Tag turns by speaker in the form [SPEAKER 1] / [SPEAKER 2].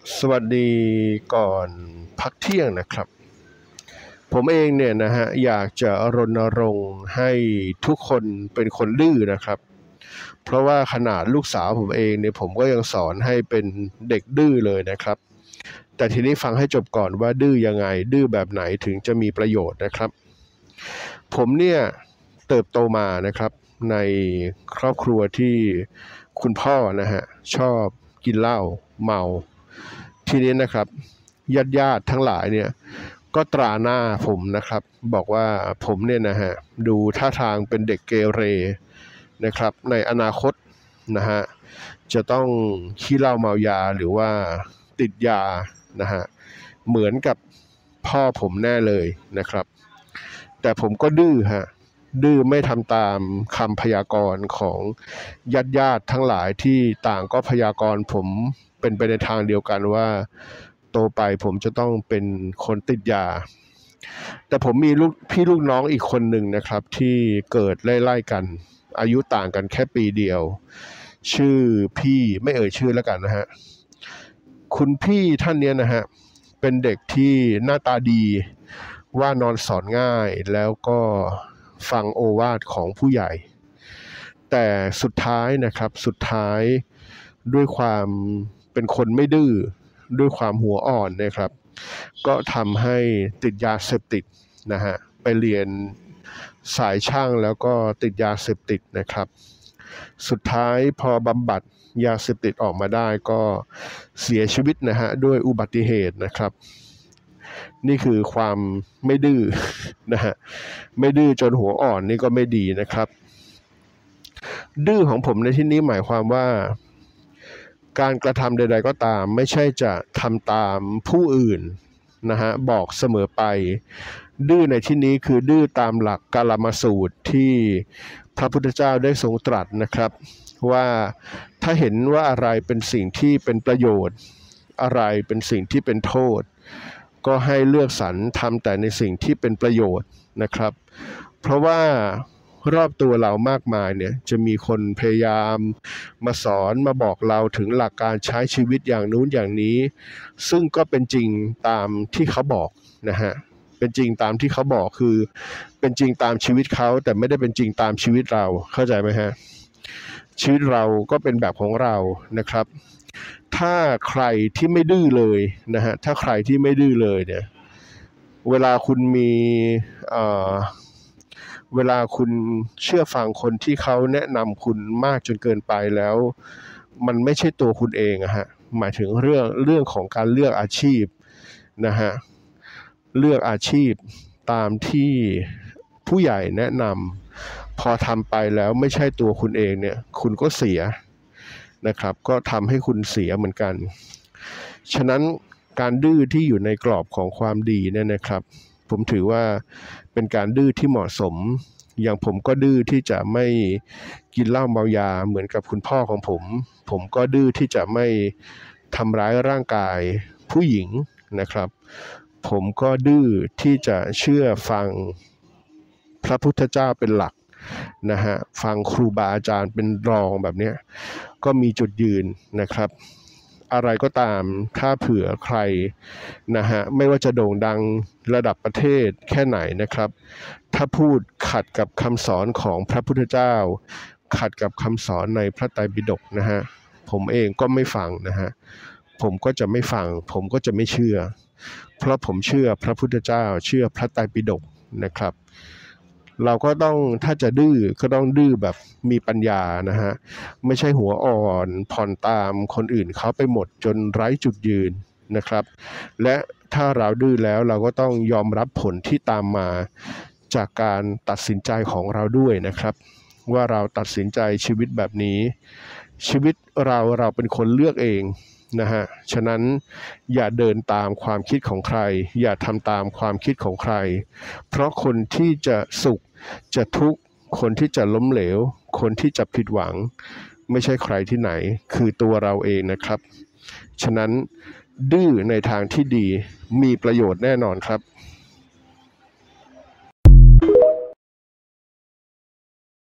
[SPEAKER 1] สวัสดีก่อนพักเที่ยงนะครับผมเองเนี่ยนะฮะอยากจะรณรงค์ให้ทุกคนเป็นคนดื้อนะครับเพราะว่าขนาดลูกสาวผมเองเนี่ยผมก็ยังสอนให้เป็นเด็กดื้อเลยนะครับแต่ทีนี้ฟังให้จบก่อนว่าดื้อยังไงดื้อแบบไหนถึงจะมีประโยชน์นะครับผมเนี่ยเติบโตมานะครับในครอบครัวที่คุณพ่อนะฮะชอบกินเหล้าเมาทีนี้นะครับญาติทั้งหลายเนี่ยก็ตราหน้าผมนะครับบอกว่าผมเนี่ยนะฮะดูท่าทางเป็นเด็กเกเรนะครับในอนาคตนะฮะจะต้องขี้เหล้าเมายาหรือว่าติดยานะฮะเหมือนกับพ่อผมแน่เลยนะครับแต่ผมก็ดื้อฮะดื้อไม่ทำตามคำพยากรณ์ของญาติทั้งหลายที่ต่างก็พยากรณ์ผมเป็นไปในทางเดียวกันว่าโตไปผมจะต้องเป็นคนติดยาแต่ผมมีลูกน้องอีกคนหนึ่งนะครับที่เกิดไล่ๆกันอายุต่างกันแค่ปีเดียวชื่อพี่ไม่เอ่ยชื่อแล้วกันนะฮะคุณพี่ท่านเนี้ยนะฮะเป็นเด็กที่หน้าตาดีว่านอนสอนง่ายแล้วก็ฟังโอวาทของผู้ใหญ่แต่สุดท้ายนะครับด้วยความเป็นคนไม่ดื้อด้วยความหัวอ่อนนะครับก็ทำให้ติดยาเสพติดนะฮะไปเรียนสายช่างแล้วก็ติดยาเสพติดนะครับสุดท้ายพอบำบัดยาเสพติดออกมาได้ก็เสียชีวิตนะฮะด้วยอุบัติเหตุนะครับนี่คือความไม่ดื้อนะฮะไม่ดื้อจนหัวอ่อนนี่ก็ไม่ดีนะครับดื้อของผมในที่นี้หมายความว่าการกระทำใดๆก็ตามไม่ใช่จะทำตามผู้อื่นนะฮะบอกเสมอไปดื้อในที่นี้คือดื้อตามหลักกาลามสูตรที่พระพุทธเจ้าได้ทรงตรัสนะครับว่าถ้าเห็นว่าอะไรเป็นสิ่งที่เป็นประโยชน์อะไรเป็นสิ่งที่เป็นโทษก็ให้เลือกสรรทำแต่ในสิ่งที่เป็นประโยชน์นะครับเพราะว่ารอบตัวเรามากมายเนี่ยจะมีคนพยายามมาสอนมาบอกเราถึงหลักการใช้ชีวิตอย่างนู้นอย่างนี้ซึ่งก็เป็นจริงตามที่เขาบอกนะฮะเป็นจริงตามที่เขาบอกคือเป็นจริงตามชีวิตเขาแต่ไม่ได้เป็นจริงตามชีวิตเราเข้าใจไหมฮะชีวิตเราก็เป็นแบบของเรานะครับถ้าใครที่ไม่ดื้อเลยนะฮะถ้าใครที่ไม่ดื้อเลยเนี่ยเวลาคุณมีเวลาคุณเชื่อฟังคนที่เขาแนะนำคุณมากจนเกินไปแล้วมันไม่ใช่ตัวคุณเองอะฮะหมายถึงเรื่องของการเลือกอาชีพนะฮะเลือกอาชีพตามที่ผู้ใหญ่แนะนำพอทำไปแล้วไม่ใช่ตัวคุณเองเนี่ยคุณก็เสียนะครับก็ทำให้คุณเสียเหมือนกันฉะนั้นการดื้อที่อยู่ในกรอบของความดีเนี่ยนะครับผมถือว่าเป็นการดื้อที่เหมาะสมอย่างผมก็ดื้อที่จะไม่กินเหล้าเมายาเหมือนกับคุณพ่อของผมก็ดื้อที่จะไม่ทำร้ายร่างกายผู้หญิงนะครับผมก็ดื้อที่จะเชื่อฟังพระพุทธเจ้าเป็นหลักนะฮะฟังครูบาอาจารย์เป็นรองแบบนี้ก็มีจุดยืนนะครับอะไรก็ตามถ้าเผื่อใครนะฮะไม่ว่าจะโด่งดังระดับประเทศแค่ไหนนะครับถ้าพูดขัดกับคำสอนของพระพุทธเจ้าขัดกับคำสอนในพระไตรปิฎกนะฮะผมเองก็ไม่ฟังนะฮะผมก็จะไม่ฟังผมก็จะไม่เชื่อเพราะผมเชื่อพระพุทธเจ้าเชื่อพระไตรปิฎกนะครับเราก็ต้องถ้าจะดื้อก็ต้องดื้อแบบมีปัญญานะฮะไม่ใช่หัวอ่อนผ่อนตามคนอื่นเขาไปหมดจนไร้จุดยืนนะครับและถ้าเราดื้อแล้วเราก็ต้องยอมรับผลที่ตามมาจากการตัดสินใจของเราด้วยนะครับว่าเราตัดสินใจชีวิตแบบนี้ชีวิตเราเป็นคนเลือกเองนะฮะฉะนั้นอย่าเดินตามความคิดของใครอย่าทำตามความคิดของใครเพราะคนที่จะสุขจะทุกข์คนที่จะล้มเหลวคนที่จะผิดหวังไม่ใช่ใครที่ไหนคือตัวเราเองนะครับฉะนั้นดื้อในทางที่ดีมีประโยชน์แน่นอนครับ